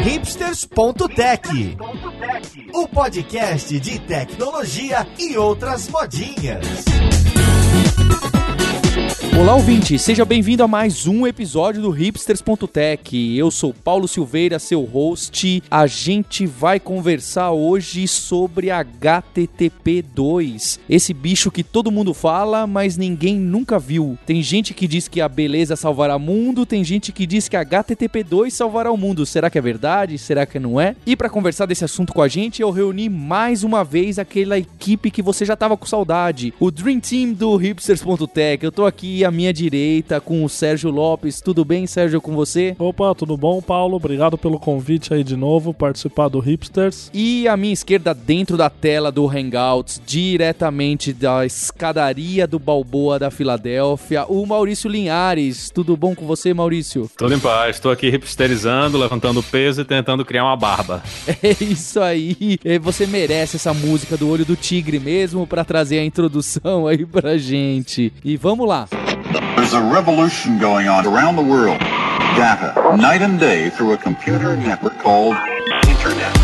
hipsters.tech, o podcast de tecnologia e outras modinhas. Olá, ouvinte, seja bem-vindo a mais um episódio do hipsters.tech. Eu sou Paulo Silveira, seu host. A gente vai conversar hoje sobre HTTP2, esse bicho que todo mundo fala, mas ninguém nunca viu. Tem gente que diz que a beleza salvará o mundo, tem gente que diz que a HTTP2 salvará o mundo. Será que é verdade? Será que não é? E para conversar desse assunto com a gente, eu reuni mais uma vez aquela equipe que você já tava com saudade, o Dream Team do hipsters.tech. Eu tô aqui à minha direita com o Sérgio Lopes. Tudo bem, Sérgio, com você? Opa, tudo bom, Paulo? Obrigado pelo convite aí de novo, participar do Hipsters. E à minha esquerda, dentro da tela do Hangouts, diretamente da escadaria do Balboa da Filadélfia, o Maurício Linhares. Tudo bom com você, Maurício? Tudo em paz. Estou aqui hipsterizando, levantando peso e tentando criar uma barba. É isso aí. Você merece essa música do Olho do Tigre mesmo pra trazer a introdução aí pra gente. E vamos lá. There's a revolution going on around the world. Data, night and day, through a computer network called Internet.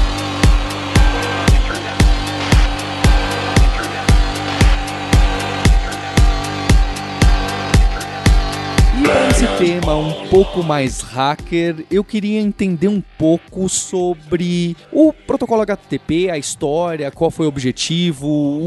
E para esse tema um pouco mais hacker, eu queria entender um pouco sobre o protocolo HTTP, a história, qual foi o objetivo,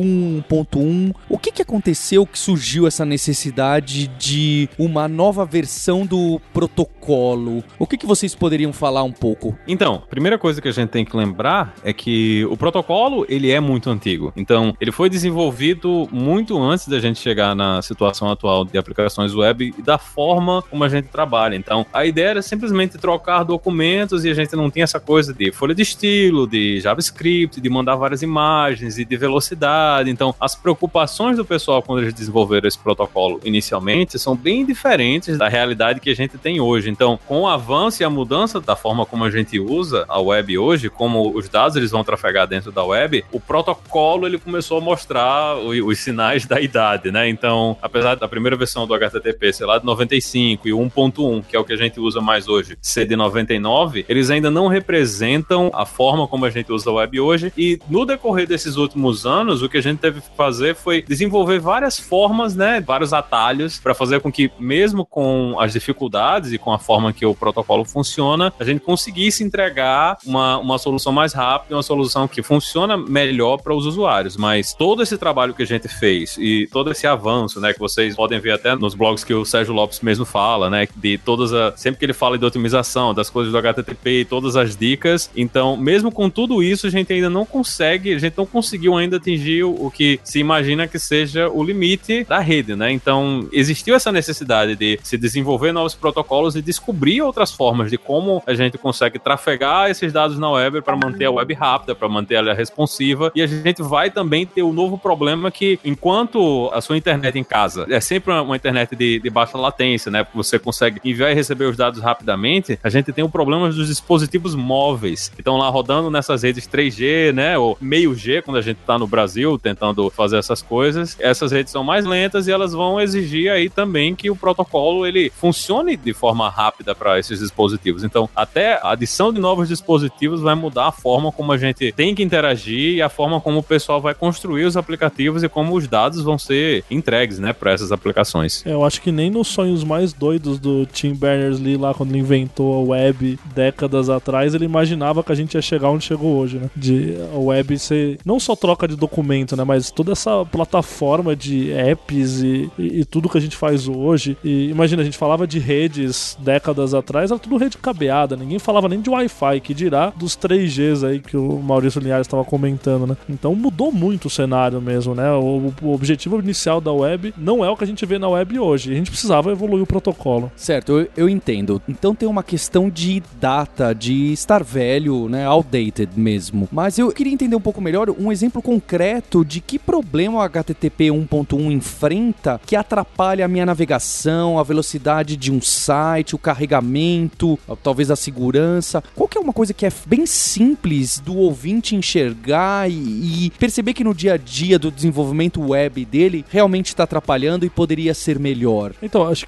1.1. O que aconteceu que surgiu essa necessidade de uma nova versão do protocolo? O que vocês poderiam falar um pouco? Então, primeira coisa que a gente tem que lembrar é que o protocolo, ele é muito antigo. Então, ele foi desenvolvido muito antes da gente chegar na situação atual de aplicações web e da forma como a gente trabalha. Então, a ideia era simplesmente trocar documentos e a gente não tinha essa coisa de folha de estilo, de JavaScript, de mandar várias imagens e de velocidade. Então, as preocupações do pessoal quando eles desenvolveram esse protocolo inicialmente são bem diferentes da realidade que a gente tem hoje. Então, com o avanço e a mudança da forma como a gente usa a web hoje, como os dados eles vão trafegar dentro da web, o protocolo ele começou a mostrar os sinais da idade, né? Então, apesar da primeira versão do HTTP, sei lá, de 95 e o 1.1, que é o que a gente usa mais hoje, ser de 99, eles ainda não representam a forma como a gente usa a web hoje. E no decorrer desses últimos anos, o que a gente teve que fazer foi desenvolver várias formas, né, vários atalhos para fazer com que, mesmo com as dificuldades e com a forma que o protocolo funciona, a gente conseguisse entregar uma solução mais rápida, uma solução que funciona melhor para os usuários. Mas todo esse trabalho que a gente fez e todo esse avanço, né, que vocês podem ver até nos blogs que o Sérgio Lopes mesmo fala, né, de sempre que ele fala de otimização, das coisas do HTTP e todas as dicas, então, mesmo com tudo isso, a gente não conseguiu ainda atingir o que se imagina que seja o limite da rede, né, então, existiu essa necessidade de se desenvolver novos protocolos e descobrir outras formas de como a gente consegue trafegar esses dados na web para manter a web rápida, para manter ela responsiva, e a gente vai também ter um novo problema que, enquanto a sua internet em casa é sempre uma internet de baixa latência, né, porque você consegue enviar e receber os dados rapidamente, a gente tem o problema dos dispositivos móveis, que estão lá rodando nessas redes 3G, né, ou meio G, quando a gente está no Brasil tentando fazer essas coisas. Essas redes são mais lentas e elas vão exigir aí também que o protocolo ele funcione de forma rápida para esses dispositivos. Então, até a adição de novos dispositivos vai mudar a forma como a gente tem que interagir e a forma como o pessoal vai construir os aplicativos e como os dados vão ser entregues, né, para essas aplicações. Eu acho que nem nos sonhos mais doidos do Tim Berners-Lee lá quando ele inventou a web décadas atrás, ele imaginava que a gente ia chegar onde chegou hoje, né? De a web ser não só troca de documento, né? Mas toda essa plataforma de apps e tudo que a gente faz hoje. E imagina, a gente falava de redes décadas atrás, era tudo rede cabeada, ninguém falava nem de Wi-Fi, que dirá dos 3Gs aí que o Maurício Linhares estava comentando, né? Então mudou muito o cenário mesmo, né? O objetivo inicial da web não é o que a gente vê na web hoje. A gente precisava evoluir o protocolo. Certo, eu entendo. Então tem uma questão de data, de estar velho, né, outdated mesmo. Mas eu queria entender um pouco melhor um exemplo concreto de que problema o HTTP 1.1 enfrenta que atrapalha a minha navegação, a velocidade de um site, o carregamento, talvez a segurança. Qual que é uma coisa que é bem simples do ouvinte enxergar e perceber que no dia a dia do desenvolvimento web dele realmente está atrapalhando e poderia ser melhor? Então, acho que o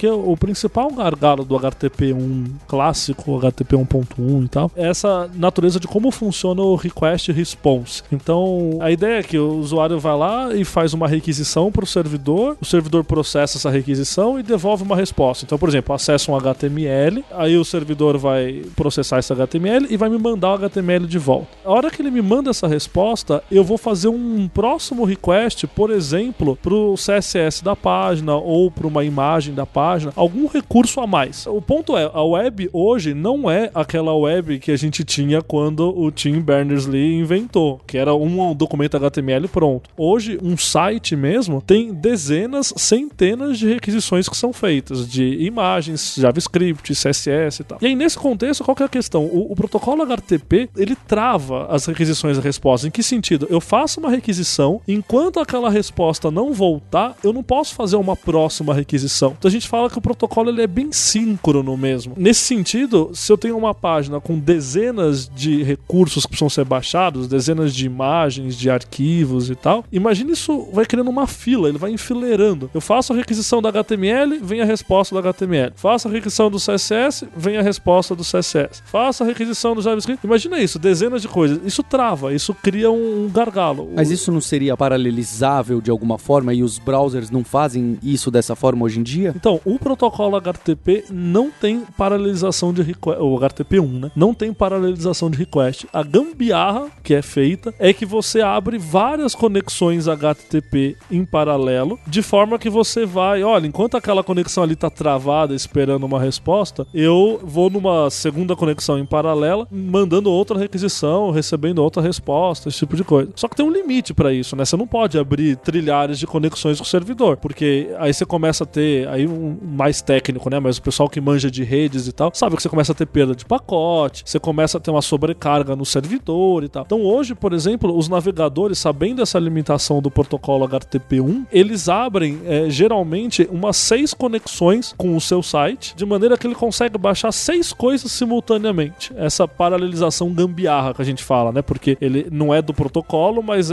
principal gargalo do HTTP1 clássico, HTTP 1.1 e tal, é essa natureza de como funciona o request response. Então, a ideia é que o usuário vai lá e faz uma requisição para o servidor processa essa requisição e devolve uma resposta. Então, por exemplo, acessa um HTML, aí o servidor vai processar esse HTML e vai me mandar o HTML de volta. A hora que ele me manda essa resposta, eu vou fazer um próximo request, por exemplo, para o CSS da página ou para uma imagem da página, algum recurso a mais. O ponto é, a web hoje não é aquela web que a gente tinha quando o Tim Berners-Lee inventou, que era um documento HTML pronto. Hoje, um site mesmo tem dezenas, centenas de requisições que são feitas, de imagens, JavaScript, CSS e tal. E aí, nesse contexto, qual que é a questão? O protocolo HTTP, ele trava as requisições e respostas. Em que sentido? Eu faço uma requisição, enquanto aquela resposta não voltar, eu não posso fazer uma próxima requisição. Então a gente fala que o protocolo ele é bem síncrono mesmo. Nesse sentido, se eu tenho uma página com dezenas de recursos que precisam ser baixados, dezenas de imagens, de arquivos e tal, imagina isso vai criando uma fila, ele vai enfileirando. Eu faço a requisição da HTML, vem a resposta do HTML. Faço a requisição do CSS, vem a resposta do CSS. Faço a requisição do JavaScript. Imagina isso, dezenas de coisas. Isso trava, isso cria um gargalo. Mas isso não seria paralelizável de alguma forma e os browsers não fazem isso dessa forma hoje em dia? Então, o protocolo HTTP não tem paralelização de request, o HTTP1, né? Não tem paralelização de request. A gambiarra que é feita é que você abre várias conexões HTTP em paralelo, de forma que você vai, olha, enquanto aquela conexão ali tá travada esperando uma resposta, eu vou numa segunda conexão em paralelo, mandando outra requisição, recebendo outra resposta, esse tipo de coisa. Só que tem um limite pra isso, né? Você não pode abrir trilhares de conexões com o servidor, porque aí você começa a ter, aí um mais técnico, né? Mas o pessoal que manja de redes e tal, sabe que você começa a ter perda de pacote, você começa a ter uma sobrecarga no servidor e tal. Então hoje, por exemplo, os navegadores, sabendo essa limitação do protocolo HTTP1, eles abrem geralmente umas 6 conexões com o seu site, de maneira que ele consegue baixar 6 coisas simultaneamente. Essa paralelização gambiarra que a gente fala, né? Porque ele não é do protocolo, mas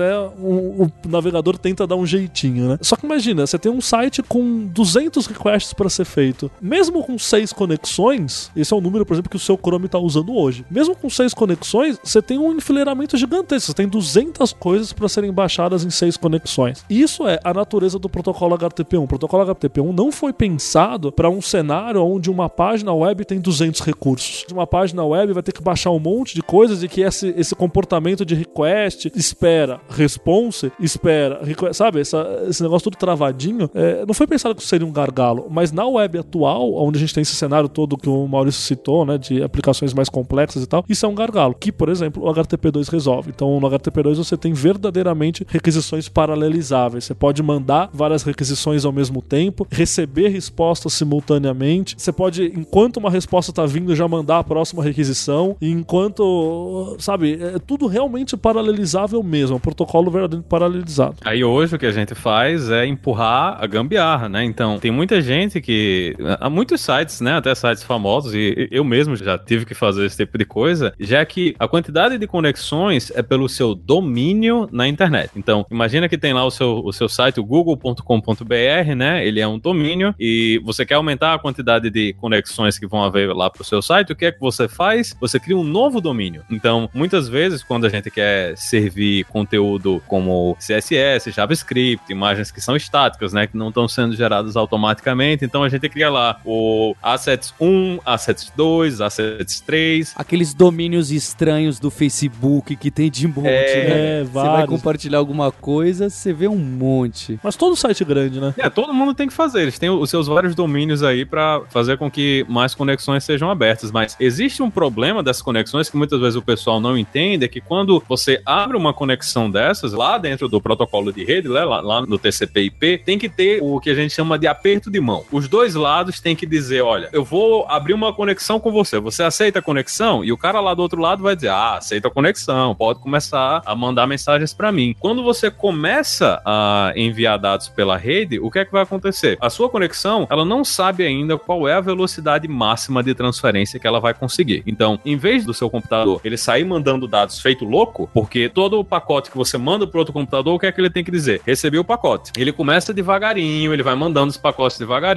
o navegador tenta dar um jeitinho, né? Só que imagina, você tem um site com 200 requests para ser feito. Mesmo com 6 conexões, esse é o número, por exemplo, que o seu Chrome está usando hoje. Mesmo com 6 conexões, você tem um enfileiramento gigantesco. Você tem 200 coisas para serem baixadas em 6 conexões. Isso é a natureza do protocolo HTTP1. O protocolo HTTP1 não foi pensado para um cenário onde uma página web tem 200 recursos. Uma página web vai ter que baixar um monte de coisas e que esse comportamento de request, espera, response, espera, request, sabe? Esse negócio tudo travadinho, não foi pensado que isso seria um gargalo, mas na web atual, onde a gente tem esse cenário todo que o Maurício citou, né, de aplicações mais complexas e tal, isso é um gargalo, que, por exemplo, o HTTP2 resolve. Então, no HTTP2 você tem verdadeiramente requisições paralelizáveis. Você pode mandar várias requisições ao mesmo tempo, receber respostas simultaneamente. Você pode, enquanto uma resposta está vindo, já mandar a próxima requisição, e enquanto, sabe, é tudo realmente paralelizável mesmo, é um protocolo verdadeiramente paralelizado. Aí hoje o que a gente faz é empurrar a gambiarra, né? Então, tem muita gente que... Há muitos sites, né? Até sites famosos, e eu mesmo já tive que fazer esse tipo de coisa, já que a quantidade de conexões é pelo seu domínio na internet. Então, imagina que tem lá o seu site, o google.com.br, né? Ele é um domínio e você quer aumentar a quantidade de conexões que vão haver lá pro seu site, o que é que você faz? Você cria um novo domínio. Então, muitas vezes, quando a gente quer servir conteúdo como CSS, JavaScript, imagens que são estáticas, né? Que não estão sendo geradas automaticamente, então a gente cria lá o Assets 1, Assets 2, Assets 3. Aqueles domínios estranhos do Facebook que tem de monte, né? Você vai compartilhar alguma coisa, você vê um monte. Mas todo site grande, né? Todo mundo tem que fazer. Eles têm os seus vários domínios aí pra fazer com que mais conexões sejam abertas. Mas existe um problema dessas conexões que muitas vezes o pessoal não entende, é que quando você abre uma conexão dessas, lá dentro do protocolo de rede, lá no TCP/IP, tem que ter o que a gente chama de aperto de mão. Os dois lados têm que dizer, olha, eu vou abrir uma conexão com você. Você aceita a conexão? E o cara lá do outro lado vai dizer, aceita a conexão, pode começar a mandar mensagens pra mim. Quando você começa a enviar dados pela rede, o que é que vai acontecer? A sua conexão, ela não sabe ainda qual é a velocidade máxima de transferência que ela vai conseguir. Então, em vez do seu computador ele sair mandando dados feito louco, porque todo o pacote que você manda pro outro computador, o que é que ele tem que dizer? Recebi o pacote. Ele começa devagarinho, ele vai mandando os pacotes devagarinho,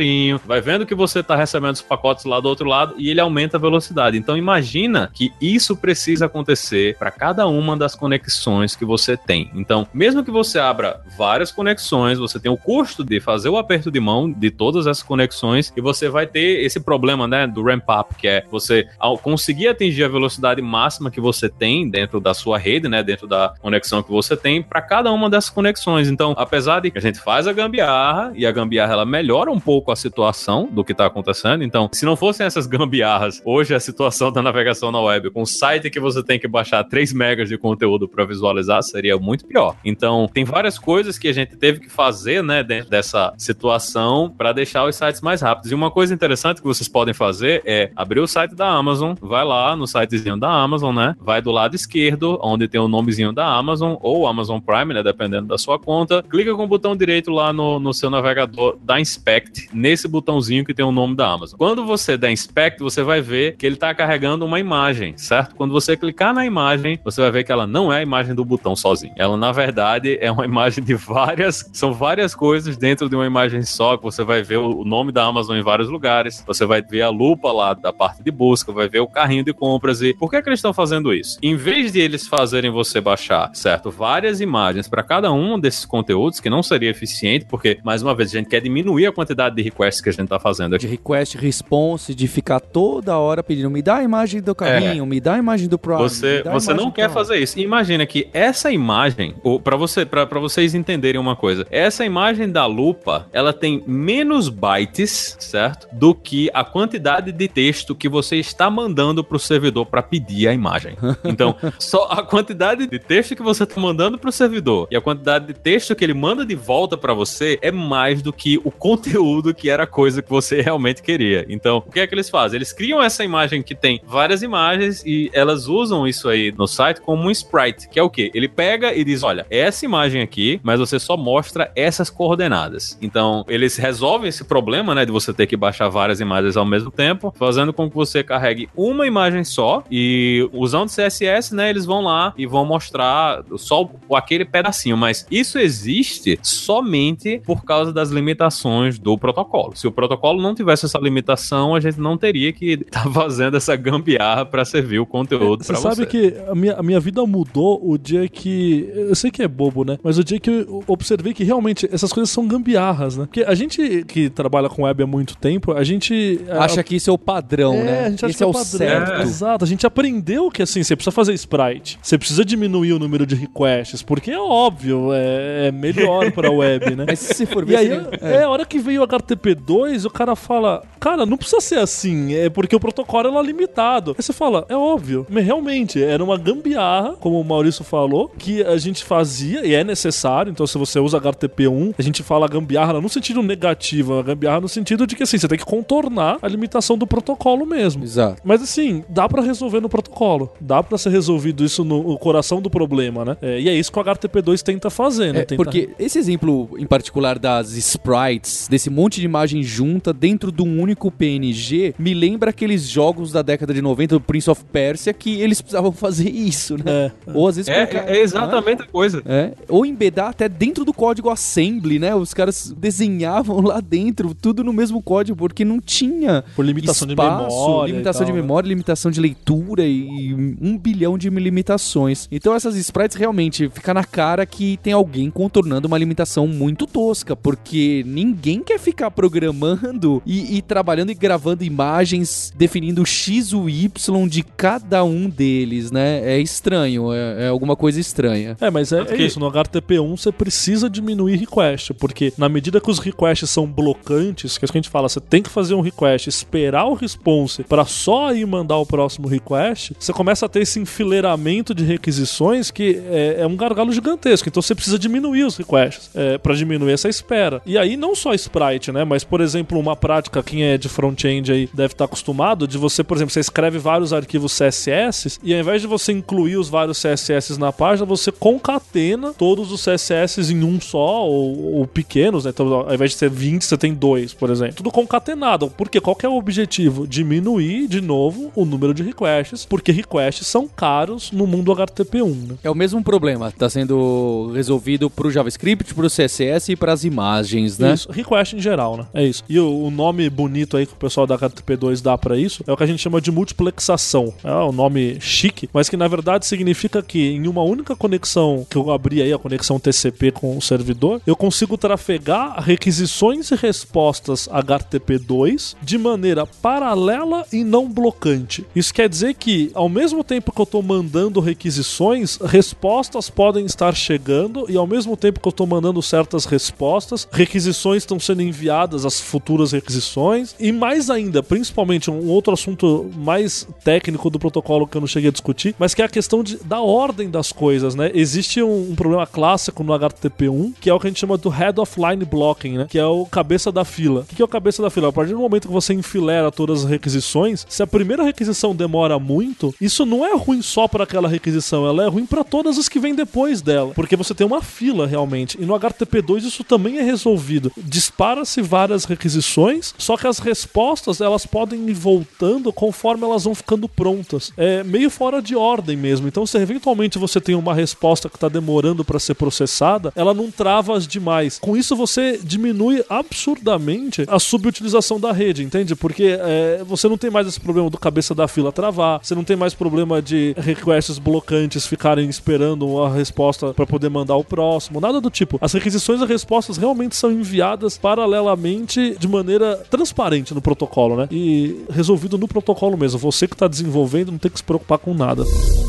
vai vendo que você está recebendo os pacotes lá do outro lado e ele aumenta a velocidade. Então imagina que isso precisa acontecer para cada uma das conexões que você tem. Então, mesmo que você abra várias conexões, você tem o custo de fazer o aperto de mão de todas essas conexões e você vai ter esse problema, né, do ramp up, que é você ao conseguir atingir a velocidade máxima que você tem dentro da sua rede, né, dentro da conexão que você tem para cada uma dessas conexões. Então, apesar de que a gente faz a gambiarra e a gambiarra ela melhora um pouco a situação do que está acontecendo. Então, se não fossem essas gambiarras, hoje a situação da navegação na web com um site que você tem que baixar 3 megas de conteúdo para visualizar seria muito pior. Então, tem várias coisas que a gente teve que fazer, né, dentro dessa situação para deixar os sites mais rápidos. E uma coisa interessante que vocês podem fazer é abrir o site da Amazon, vai lá no sitezinho da Amazon, né, vai do lado esquerdo, onde tem o nomezinho da Amazon ou Amazon Prime, né, dependendo da sua conta, clica com o botão direito lá no seu navegador, dá Inspect, nesse botãozinho que tem o nome da Amazon. Quando você der Inspect, você vai ver que ele está carregando uma imagem, certo? Quando você clicar na imagem, você vai ver que ela não é a imagem do botão sozinho. Ela, na verdade, é uma imagem de são várias coisas dentro de uma imagem só, que você vai ver o nome da Amazon em vários lugares, você vai ver a lupa lá da parte de busca, vai ver o carrinho de compras. E por que eles estão fazendo isso? Em vez de eles fazerem você baixar, certo, várias imagens para cada um desses conteúdos, que não seria eficiente, porque, mais uma vez, a gente quer diminuir a quantidade de requests que a gente tá fazendo aqui. De request, response, de ficar toda hora pedindo, me dá a imagem do carrinho, me dá a imagem do Prime. Você não quer fazer isso. Imagina que essa imagem, para vocês entenderem uma coisa, essa imagem da lupa, ela tem menos bytes, certo? Do que a quantidade de texto que você está mandando pro servidor para pedir a imagem. Então, só a quantidade de texto que você tá mandando pro servidor e a quantidade de texto que ele manda de volta para você é mais do que o conteúdo que era a coisa que você realmente queria. Então, o que é que eles fazem? Eles criam essa imagem que tem várias imagens e elas usam isso aí no site como um sprite, que é o quê? Ele pega e diz, olha, essa imagem aqui, mas você só mostra essas coordenadas. Então, eles resolvem esse problema, né, de você ter que baixar várias imagens ao mesmo tempo, fazendo com que você carregue uma imagem só e usando CSS, né, eles vão lá e vão mostrar só aquele pedacinho, mas isso existe somente por causa das limitações do protocolo. Se o protocolo não tivesse essa limitação, a gente não teria que estar fazendo essa gambiarra para servir o conteúdo para você. Você sabe que a minha vida mudou o dia que... Eu sei que é bobo, né? Mas o dia que eu observei que realmente essas coisas são gambiarras, né? Porque a gente que trabalha com web há muito tempo, a gente... Acha que isso é o padrão, né? A gente acha esse que é o padrão. certo. Exato. A gente aprendeu que, assim, você precisa fazer sprite. Você precisa diminuir o número de requests, porque é óbvio, é melhor pra web, né? Mas se for ver... E aí, a hora que veio o HTTP2, o cara fala, cara, não precisa ser assim, é porque o protocolo é limitado. Aí você fala, é óbvio. Mas realmente, era uma gambiarra, como o Maurício falou, que a gente fazia, e é necessário, então se você usa HTTP1, a gente fala gambiarra no sentido negativo, a gambiarra no sentido de que, assim, você tem que contornar a limitação do protocolo mesmo. Exato. Mas, assim, dá pra resolver no protocolo. Dá pra ser resolvido isso no coração do problema, né? E é isso que o HTTP2 tenta fazer, né? Porque esse exemplo em particular das sprites, desse monte de imagem junta dentro de um único PNG, me lembra aqueles jogos da década de 90 do Prince of Persia que eles precisavam fazer isso, né? Ou às vezes é exatamente a coisa. Ou embedar até dentro do código assembly, né? Os caras desenhavam lá dentro, tudo no mesmo código, porque não tinha por limitação espaço, de memória, limitação de memória, limitação de leitura e 1 bilhão de limitações. Então essas sprites realmente fica na cara que tem alguém contornando uma limitação muito tosca, porque ninguém quer ficar programando e trabalhando e gravando imagens, definindo o X e o Y de cada um deles, né? É estranho, é alguma coisa estranha. Mas é isso, no HTTP1 você precisa diminuir request, porque na medida que os requests são blocantes, que é isso que a gente fala, você tem que fazer um request, esperar o response para só aí mandar o próximo request, você começa a ter esse enfileiramento de requisições que é um gargalo gigantesco, então você precisa diminuir os requests para diminuir essa espera. E aí não só sprite, né, mas por exemplo, uma prática, quem é de front-end aí deve estar acostumado, de você, por exemplo, você escreve vários arquivos CSS e ao invés de você incluir os vários CSS na página, você concatena todos os CSS em um só, ou pequenos, né? Então, ao invés de ser 20, você tem 2, por exemplo. Tudo concatenado. Porque qual que é o objetivo? Diminuir, de novo, o número de requests, porque requests são caros no mundo HTTP1, né? É o mesmo problema, está sendo resolvido pro JavaScript, pro CSS e pras imagens, né? Isso, request em geral, né? É HTTP2. E o nome bonito aí que o pessoal da HTTP2 dá pra isso é o que a gente chama de multiplexação. É um nome chique, mas que na verdade significa que em uma única conexão que eu abri aí, a conexão TCP com o servidor, eu consigo trafegar requisições e respostas HTTP2 de maneira paralela e não blocante. Isso quer dizer que, ao mesmo tempo que eu estou mandando requisições, respostas podem estar chegando, e ao mesmo tempo que eu estou mandando certas respostas, requisições estão sendo enviadas às futuras requisições, e mais ainda, principalmente um outro assunto mais técnico do protocolo que eu não cheguei a discutir, mas que é a questão da ordem das coisas, né? Existe um problema clássico no HTTP1, que é o que a gente chama do Head of Line Blocking, né? Que é o cabeça da fila. O que é o cabeça da fila? A partir do momento que você enfilera todas as requisições, se a primeira requisição demora muito, isso não é ruim só para aquela requisição, ela é ruim para todas as que vêm depois dela, porque você tem uma fila realmente. E no HTTP2 isso também é resolvido. Dispara-se várias requisições, só que as respostas elas podem ir voltando conforme elas vão ficando prontas. É meio fora de ordem mesmo. Então, se eventualmente você tem uma resposta que está demorando para ser processada, ela não trava demais. Com isso, você diminui absurdamente a subutilização da rede, entende? Porque você não tem mais esse problema do cabeça da fila travar, você não tem mais problema de requests blocantes ficarem esperando a resposta para poder mandar o próximo, nada do tipo. As requisições e respostas realmente são enviadas paralelamente de maneira transparente no protocolo, né? E resolvido no protocolo mesmo. Você que está desenvolvendo não tem que se preocupar com nada.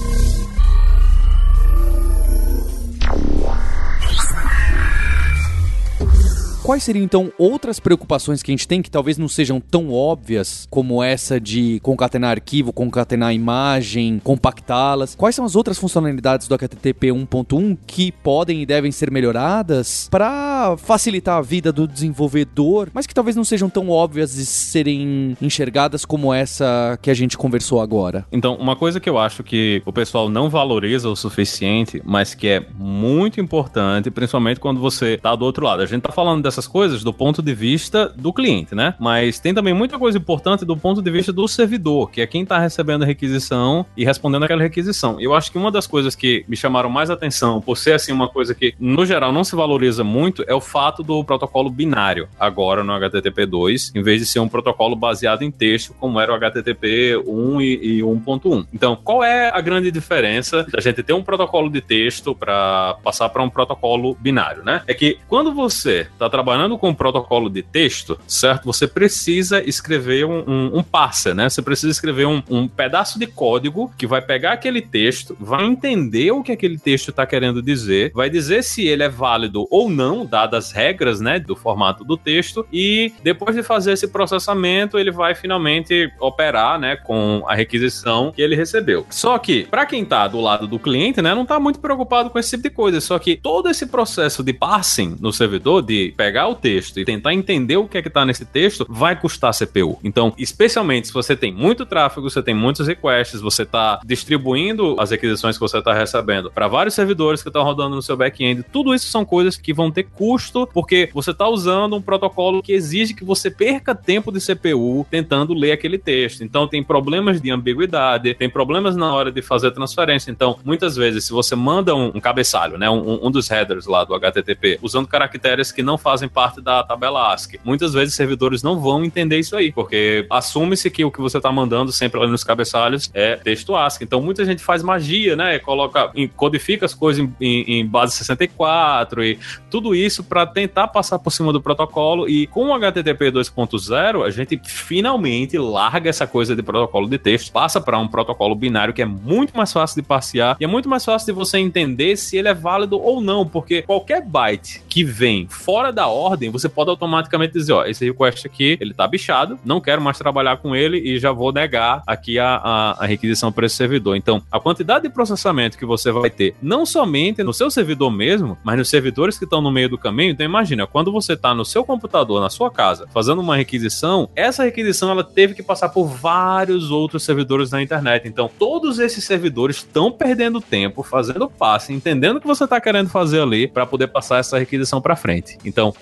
Quais seriam, então, outras preocupações que a gente tem que talvez não sejam tão óbvias como essa de concatenar arquivo, concatenar imagem, compactá-las? Quais são as outras funcionalidades do HTTP 1.1 que podem e devem ser melhoradas para facilitar a vida do desenvolvedor, mas que talvez não sejam tão óbvias de serem enxergadas como essa que a gente conversou agora? Então, uma coisa que eu acho que o pessoal não valoriza o suficiente, mas que é muito importante, principalmente quando você está do outro lado. A gente está falando dessas coisas do ponto de vista do cliente, né? Mas tem também muita coisa importante do ponto de vista do servidor, que é quem está recebendo a requisição e respondendo aquela requisição. Eu acho que uma das coisas que me chamaram mais atenção, por ser assim uma coisa que no geral não se valoriza muito, é o fato do protocolo binário agora no HTTP2, em vez de ser um protocolo baseado em texto, como era o HTTP 1 e 1.1. Então, qual é a grande diferença da gente ter um protocolo de texto para passar para um protocolo binário, né? É que quando você está trabalhando com um protocolo de texto, certo? Você precisa escrever um parser, né? Você precisa escrever um pedaço de código que vai pegar aquele texto, vai entender o que aquele texto está querendo dizer, vai dizer se ele é válido ou não, dadas as regras, né, do formato do texto, e depois de fazer esse processamento, ele vai finalmente operar, né, com a requisição que ele recebeu. Só que, para quem está do lado do cliente, né, não está muito preocupado com esse tipo de coisa, só que todo esse processo de parsing no servidor, de pegar o texto e tentar entender o que é que está nesse texto, vai custar CPU. Então, especialmente se você tem muito tráfego, você tem muitos requests, você está distribuindo as requisições que você está recebendo para vários servidores que estão rodando no seu back-end, tudo isso são coisas que vão ter custo, porque você está usando um protocolo que exige que você perca tempo de CPU tentando ler aquele texto. Então, tem problemas de ambiguidade, tem problemas na hora de fazer a transferência. Então, muitas vezes, se você manda um cabeçalho, né, um dos headers lá do HTTP, usando caracteres que não fazem parte da tabela ASCII. Muitas vezes servidores não vão entender isso aí, porque assume-se que o que você está mandando sempre ali nos cabeçalhos é texto ASCII. Então muita gente faz magia, né? Codifica as coisas em base 64 e tudo isso para tentar passar por cima do protocolo. E com o HTTP 2.0 a gente finalmente larga essa coisa de protocolo de texto, passa para um protocolo binário que é muito mais fácil de passear e é muito mais fácil de você entender se ele é válido ou não, porque qualquer byte que vem fora da ordem, você pode automaticamente dizer, ó, esse request aqui, ele tá bichado, não quero mais trabalhar com ele e já vou negar aqui a requisição para esse servidor. Então, a quantidade de processamento que você vai ter, não somente no seu servidor mesmo, mas nos servidores que estão no meio do caminho. Então, imagina, quando você tá no seu computador, na sua casa, fazendo uma requisição, essa requisição, ela teve que passar por vários outros servidores na internet. Então, todos esses servidores estão perdendo tempo, fazendo passe, entendendo o que você tá querendo fazer ali para poder passar essa requisição para frente. Então,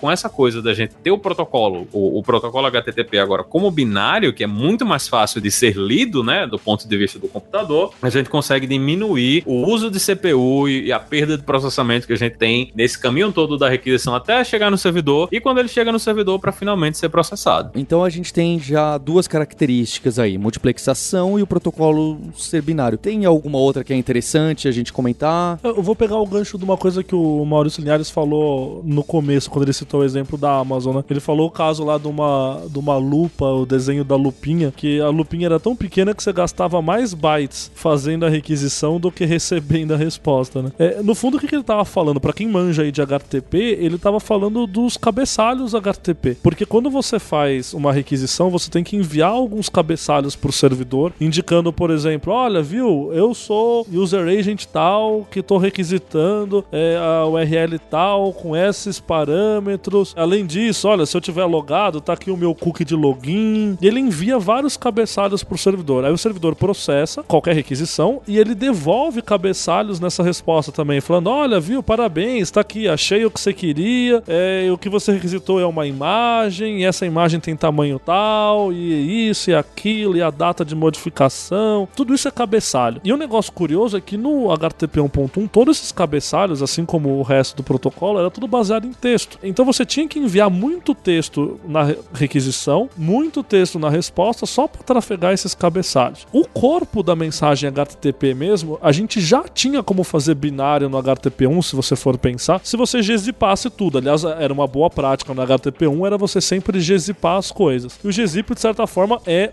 com essa coisa da gente ter o protocolo HTTP agora como binário, que é muito mais fácil de ser lido, né, do ponto de vista do computador, a gente consegue diminuir o uso de CPU e a perda de processamento que a gente tem nesse caminho todo da requisição até chegar no servidor e quando ele chega no servidor para finalmente ser processado. Então a gente tem já duas características aí, multiplexação e o protocolo ser binário. Tem alguma outra que é interessante a gente comentar? Eu vou pegar o gancho de uma coisa que o Maurício Linhares falou no começo, quando ele citou o exemplo da Amazon, né? Ele falou o caso lá de uma lupa, o desenho da lupinha, que a lupinha era tão pequena que você gastava mais bytes fazendo a requisição do que recebendo a resposta, né? No fundo, o que ele tava falando? Pra quem manja aí de HTTP, ele tava falando dos cabeçalhos HTTP. Porque quando você faz uma requisição, você tem que enviar alguns cabeçalhos pro servidor, indicando, por exemplo, olha, viu, eu sou user agent tal, que tô requisitando a URL tal, com esses parâmetros. Além disso, olha, se eu tiver logado, tá aqui o meu cookie de login. E ele envia vários cabeçalhos pro servidor. Aí o servidor processa qualquer requisição e ele devolve cabeçalhos nessa resposta também, falando, olha, viu, parabéns, tá aqui, achei o que você queria, o que você requisitou é uma imagem, e essa imagem tem tamanho tal, e isso e aquilo, e a data de modificação, tudo isso é cabeçalho. E um negócio curioso é que no HTTP 1.1, todos esses cabeçalhos, assim como o resto do protocolo, era tudo baseado em texto. Então você tinha que enviar muito texto na requisição, muito texto na resposta, só para trafegar esses cabeçalhos. O corpo da mensagem HTTP mesmo, a gente já tinha como fazer binário no HTTP1, se você for pensar, se você gzipasse tudo. Aliás, era uma boa prática no HTTP1, era você sempre gzipar as coisas. E o gzip, de certa forma, é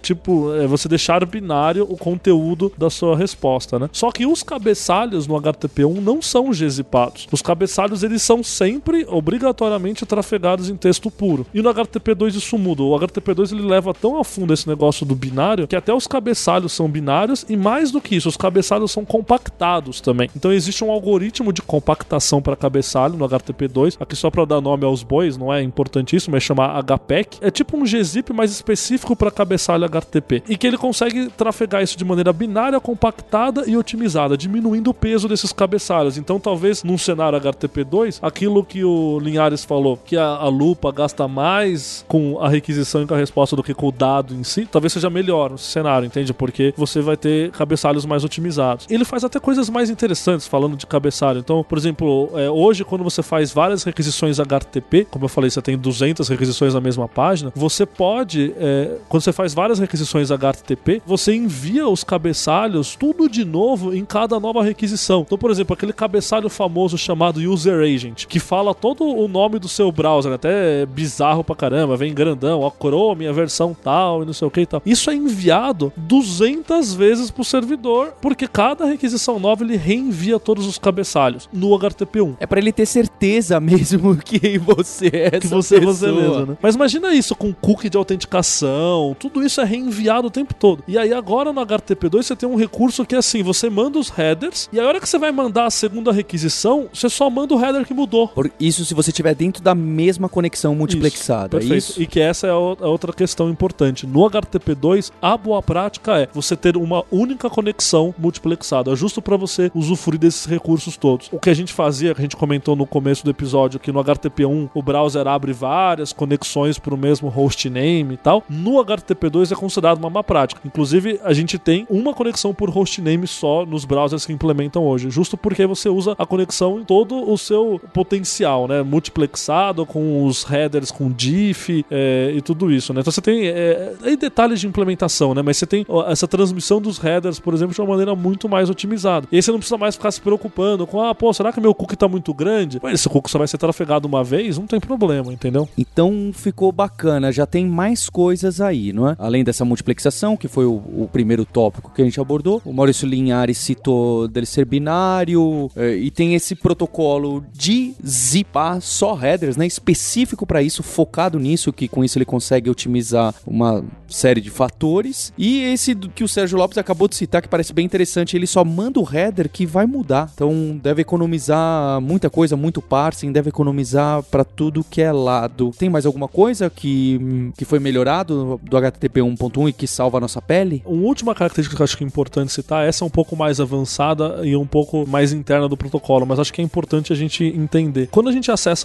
você deixar binário o conteúdo da sua resposta, né? Só que os cabeçalhos no HTTP1 não são gzipados. Os cabeçalhos, eles são sempre, obrigatoriamente, trafegados em texto puro. E no HTTP2 isso muda. O HTTP2, ele leva tão a fundo esse negócio do binário, que até os cabeçalhos são binários, e mais do que isso, os cabeçalhos são compactados também. Então existe um algoritmo de compactação para cabeçalho no HTTP2, aqui só para dar nome aos bois, não é importantíssimo, é chamar HPEC. É tipo um gzip mais específico para cabeçalho HTTP, e que ele consegue trafegar isso de maneira binária, compactada e otimizada, diminuindo o peso desses cabeçalhos. Então talvez num cenário HTTP2, aquilo que o Linhares falou, que a lupa gasta mais com a requisição e com a resposta do que com o dado em si, talvez seja melhor no cenário, entende? Porque você vai ter cabeçalhos mais otimizados. Ele faz até coisas mais interessantes falando de cabeçalho. Então, por exemplo, hoje quando você faz várias requisições HTTP, como eu falei, você tem 200 requisições na mesma página, você pode, quando você faz várias requisições HTTP, você envia os cabeçalhos tudo de novo em cada nova requisição. Então, por exemplo, aquele cabeçalho famoso chamado User Agent, que fala todo o nome do seu browser, até bizarro pra caramba, vem grandão, ó, Chrome, a versão tal e não sei o que e tal. Isso é enviado 200 vezes pro servidor, porque cada requisição nova ele reenvia todos os cabeçalhos no HTTP1. É pra ele ter certeza mesmo que você é essa que você é pessoa. você mesmo, né? Mas imagina isso com cookie de autenticação, tudo isso é reenviado o tempo todo. E aí agora no HTTP2 você tem um recurso que é assim, você manda os headers e a hora que você vai mandar a segunda requisição, você só manda o header que mudou. Por isso se você estiver dentro da mesma conexão multiplexada. Perfeito. Isso? E que essa é a outra questão importante. No HTTP2, a boa prática é você ter uma única conexão multiplexada, justo para você usufruir desses recursos todos. O que a gente fazia, que a gente comentou no começo do episódio, que no HTTP1 o browser abre várias conexões para o mesmo hostname e tal, no HTTP2 é considerado uma má prática. Inclusive, a gente tem uma conexão por hostname só nos browsers que implementam hoje, justo porque você usa a conexão em todo o seu potencial, né? Multiplexado, com os headers, com diff e tudo isso, né? Então você tem aí detalhes de implementação, né? Mas você tem essa transmissão dos headers, por exemplo, de uma maneira muito mais otimizada. E aí você não precisa mais ficar se preocupando com, será que meu cookie tá muito grande? Mas esse cookie só vai ser trafegado uma vez, não tem problema, entendeu? Então ficou bacana, já tem mais coisas aí, não é? Além dessa multiplexação, que foi o primeiro tópico que a gente abordou, o Maurício Linhares citou dele ser binário, e tem esse protocolo de zipar só headers, né? Específico para isso, focado nisso, que com isso ele consegue otimizar uma série de fatores. E esse que o Sérgio Lopes acabou de citar, que parece bem interessante, ele só manda o header que vai mudar. Então deve economizar muita coisa, muito parsing, deve economizar para tudo que é lado. Tem mais alguma coisa que foi melhorado do HTTP 1.1 e que salva a nossa pele? Uma última característica que eu acho que é importante citar, essa é um pouco mais avançada e um pouco mais interna do protocolo, mas acho que é importante a gente entender. Quando a gente acessa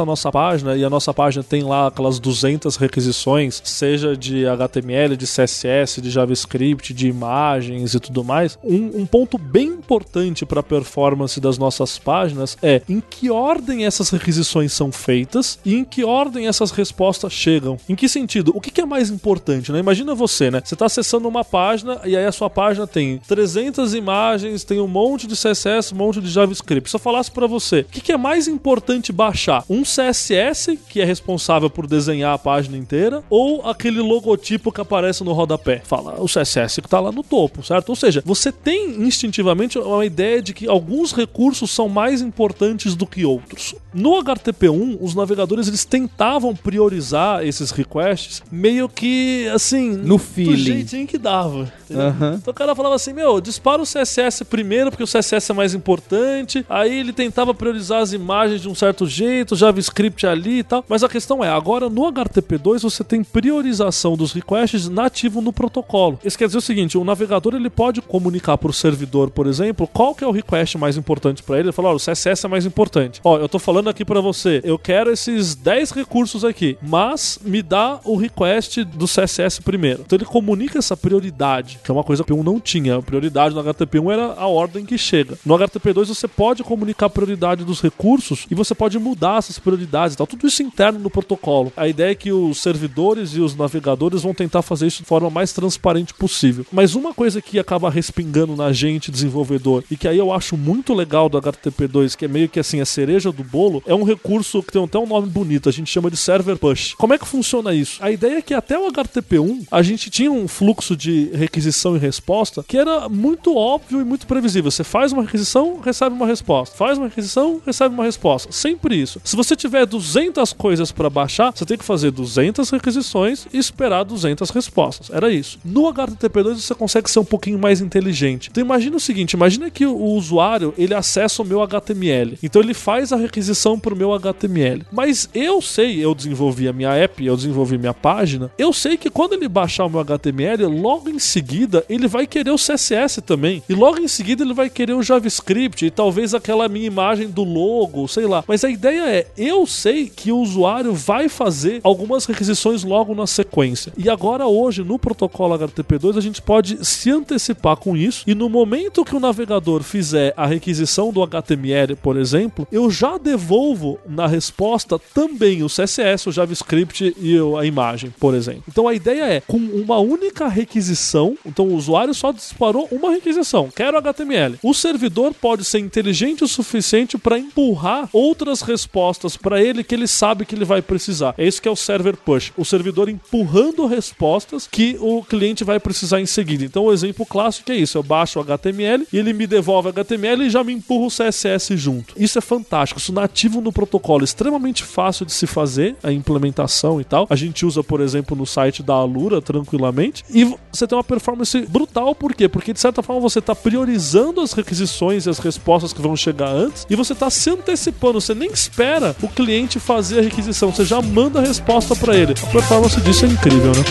acessa a nossa página e a nossa página tem lá aquelas 200 requisições, seja de HTML, de CSS, de JavaScript, de imagens e tudo mais, um ponto bem importante para a performance das nossas páginas é em que ordem essas requisições são feitas e em que ordem essas respostas chegam. Em que sentido? O que é mais importante, né? Imagina você, né? Você está acessando uma página e aí a sua página tem 300 imagens, tem um monte de CSS, um monte de JavaScript. Se eu falasse para você, o que é mais importante baixar? Um CSS, que é responsável por desenhar a página inteira, ou aquele logotipo que aparece no rodapé? Fala, o CSS que está lá no topo, certo? Ou seja, você tem instintivamente uma ideia de que alguns recursos são mais importantes do que outros. No HTTP1, os navegadores eles tentavam priorizar esses requests meio que, assim, no feeling, do jeitinho que dava. Então o cara falava assim, dispara o CSS primeiro porque o CSS é mais importante, aí ele tentava priorizar as imagens de um certo jeito, JavaScript ali e tal, mas a questão é, agora no HTTP2 você tem priorização dos requests nativo no protocolo. Isso quer dizer o seguinte, o navegador ele pode comunicar para o servidor, por exemplo, qual que é o request mais importante para ele. Ele fala, o CSS é mais importante. Eu tô falando aqui para você, eu quero esses 10 recursos aqui, mas me dá o request do CSS primeiro. Então ele comunica essa prioridade, que é uma coisa que o P1 não tinha. A prioridade no HTTP1 era a ordem que chega. No HTTP2 você pode comunicar a prioridade dos recursos e você pode mudar essas prioridades e tal. Tudo isso interno no protocolo. A ideia é que os servidores e os navegadores vão tentar fazer isso de forma mais transparente possível. Mas uma coisa que acaba respingando na gente, desenvolvedor, e que aí eu acho muito legal do HTTP2, que é meio que assim a cereja do bolo, é um recurso que tem até um nome bonito, a gente chama de server push. Como é que funciona isso? A ideia é que até o HTTP1 a gente tinha um fluxo de requisição e resposta que era muito óbvio e muito previsível. Você faz uma requisição, recebe uma resposta. Faz uma requisição, recebe uma resposta. Sempre isso. Se você tiver 200 coisas para baixar, você tem que fazer 200 requisições e esperar 200 respostas. Era isso. No HTTP2 você consegue ser um pouquinho mais inteligente. Então imagina o seguinte, imagina que o usuário, ele acessa o meu HTML. Então ele faz a requisição pro meu HTML. Mas eu desenvolvi a minha app, eu desenvolvi minha página, eu sei que quando ele baixar o meu HTML, logo em seguida ele vai querer o CSS também. E logo em seguida ele vai querer o JavaScript e talvez aquela minha imagem do logo, sei lá. Mas a ideia é, eu sei que o usuário vai fazer algumas requisições logo na sequência. E agora hoje, no protocolo HTTP2, a gente pode se antecipar com isso e no momento que o navegador fizer a requisição do HTML, por exemplo, eu já devolvo na resposta também o CSS, o JavaScript e a imagem, por exemplo. Então a ideia é, com uma única requisição, então o usuário só disparou uma requisição, quero HTML. O servidor pode ser inteligente o suficiente para empurrar outras respostas para ele que ele sabe que ele vai precisar. É isso que é o server push. O servidor empurrando respostas que o cliente vai precisar em seguida. Então o exemplo clássico é isso. Eu baixo o HTML e ele me devolve o HTML e já me empurra o CSS junto. Isso é fantástico. Isso nativo no protocolo. Extremamente fácil de se fazer, a implementação e tal. A gente usa, por exemplo, no site da Alura tranquilamente. E você tem uma performance brutal. Por quê? Porque de certa forma você está priorizando as requisições e as respostas que vão chegar antes e você está se antecipando. Você nem espera o cliente fazer a requisição. Você já manda a resposta para ele. A performance disso é incrível, né?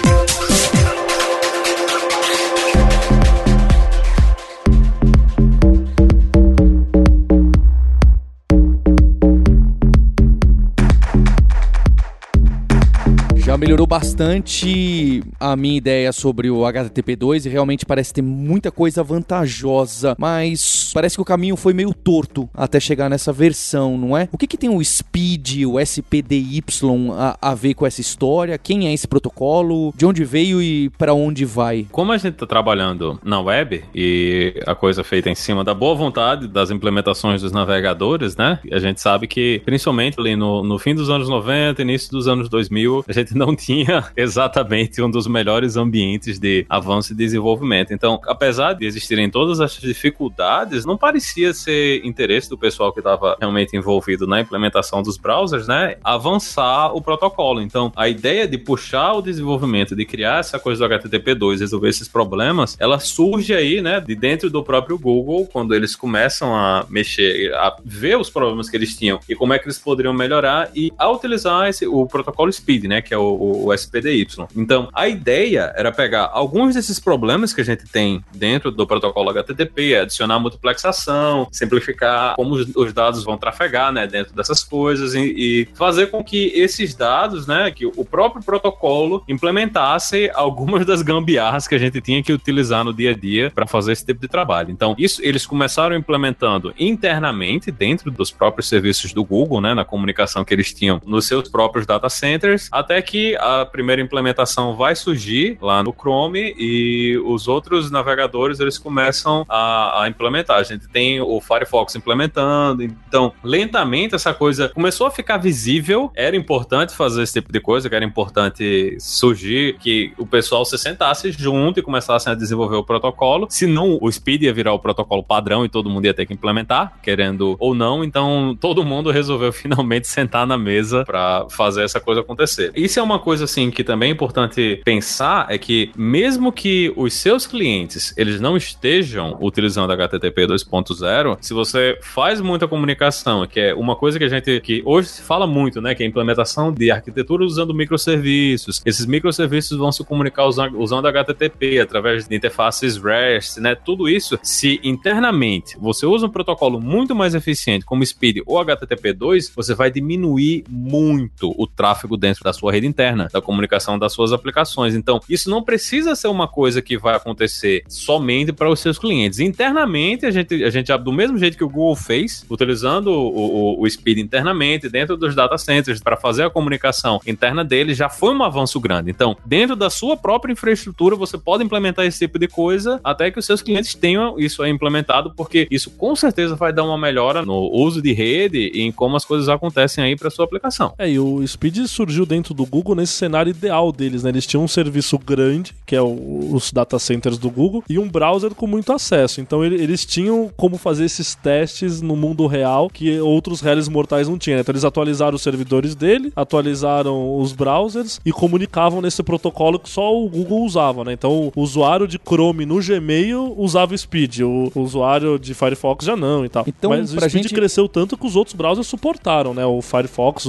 Já melhorou bastante a minha ideia sobre o HTTP2 e realmente parece ter muita coisa vantajosa, mas parece que o caminho foi meio torto até chegar nessa versão, não é? O que tem o SPDY, o SPDY a ver com essa história? Quem é esse protocolo? De onde veio e para onde vai? Como a gente está trabalhando na web e a coisa feita em cima da boa vontade das implementações dos navegadores, né? A gente sabe que, principalmente ali no fim dos anos 90, início dos anos 2000, a gente não tinha exatamente um dos melhores ambientes de avanço e desenvolvimento. Então, apesar de existirem todas essas dificuldades, não parecia ser interesse do pessoal que estava realmente envolvido na implementação dos browsers, né, avançar o protocolo. Então, a ideia de puxar o desenvolvimento, de criar essa coisa do HTTP2, resolver esses problemas, ela surge aí, né, de dentro do próprio Google, quando eles começam a mexer, a ver os problemas que eles tinham e como é que eles poderiam melhorar e a utilizar o protocolo SPID, né, que é o o SPDY. Então, a ideia era pegar alguns desses problemas que a gente tem dentro do protocolo HTTP, adicionar multiplexação, simplificar como os dados vão trafegar, né, dentro dessas coisas e fazer com que esses dados, né, que o próprio protocolo implementasse algumas das gambiarras que a gente tinha que utilizar no dia a dia para fazer esse tipo de trabalho. Então, isso eles começaram implementando internamente dentro dos próprios serviços do Google, né, na comunicação que eles tinham nos seus próprios data centers, até que a primeira implementação vai surgir lá no Chrome e os outros navegadores eles começam a implementar. A gente tem o Firefox implementando, então lentamente essa coisa começou a ficar visível. Era importante fazer esse tipo de coisa, que era importante surgir, que o pessoal se sentasse junto e começasse a desenvolver o protocolo, senão o Speed ia virar o protocolo padrão e todo mundo ia ter que implementar, querendo ou não. Então todo mundo resolveu finalmente sentar na mesa para fazer essa coisa acontecer. Isso é uma coisa assim que também é importante pensar, é que mesmo que os seus clientes eles não estejam utilizando HTTP 2.0, se você faz muita comunicação, que é uma coisa que hoje se fala muito, né, que é a implementação de arquitetura usando microserviços. Esses microserviços vão se comunicar usando HTTP através de interfaces REST, né? Tudo isso, se internamente você usa um protocolo muito mais eficiente como Speed ou HTTP2, você vai diminuir muito o tráfego dentro da sua rede interna, da comunicação das suas aplicações. Então, isso não precisa ser uma coisa que vai acontecer somente para os seus clientes. Internamente, a gente do mesmo jeito que o Google fez, utilizando o Speed internamente, dentro dos data centers, para fazer a comunicação interna dele, já foi um avanço grande. Então, dentro da sua própria infraestrutura, você pode implementar esse tipo de coisa até que os seus clientes tenham isso aí implementado, porque isso com certeza vai dar uma melhora no uso de rede e em como as coisas acontecem aí para sua aplicação. E o Speed surgiu dentro do Google nesse cenário ideal deles, né? Eles tinham um serviço grande, que é os data centers do Google, e um browser com muito acesso. Então eles tinham como fazer esses testes no mundo real que outros réis mortais não tinham. Então eles atualizaram os servidores dele, atualizaram os browsers e comunicavam nesse protocolo que só o Google usava, né? Então o usuário de Chrome no Gmail usava o Speed, o usuário de Firefox já não e tal. Então, mas o Speed cresceu tanto que os outros browsers suportaram, né? O Firefox,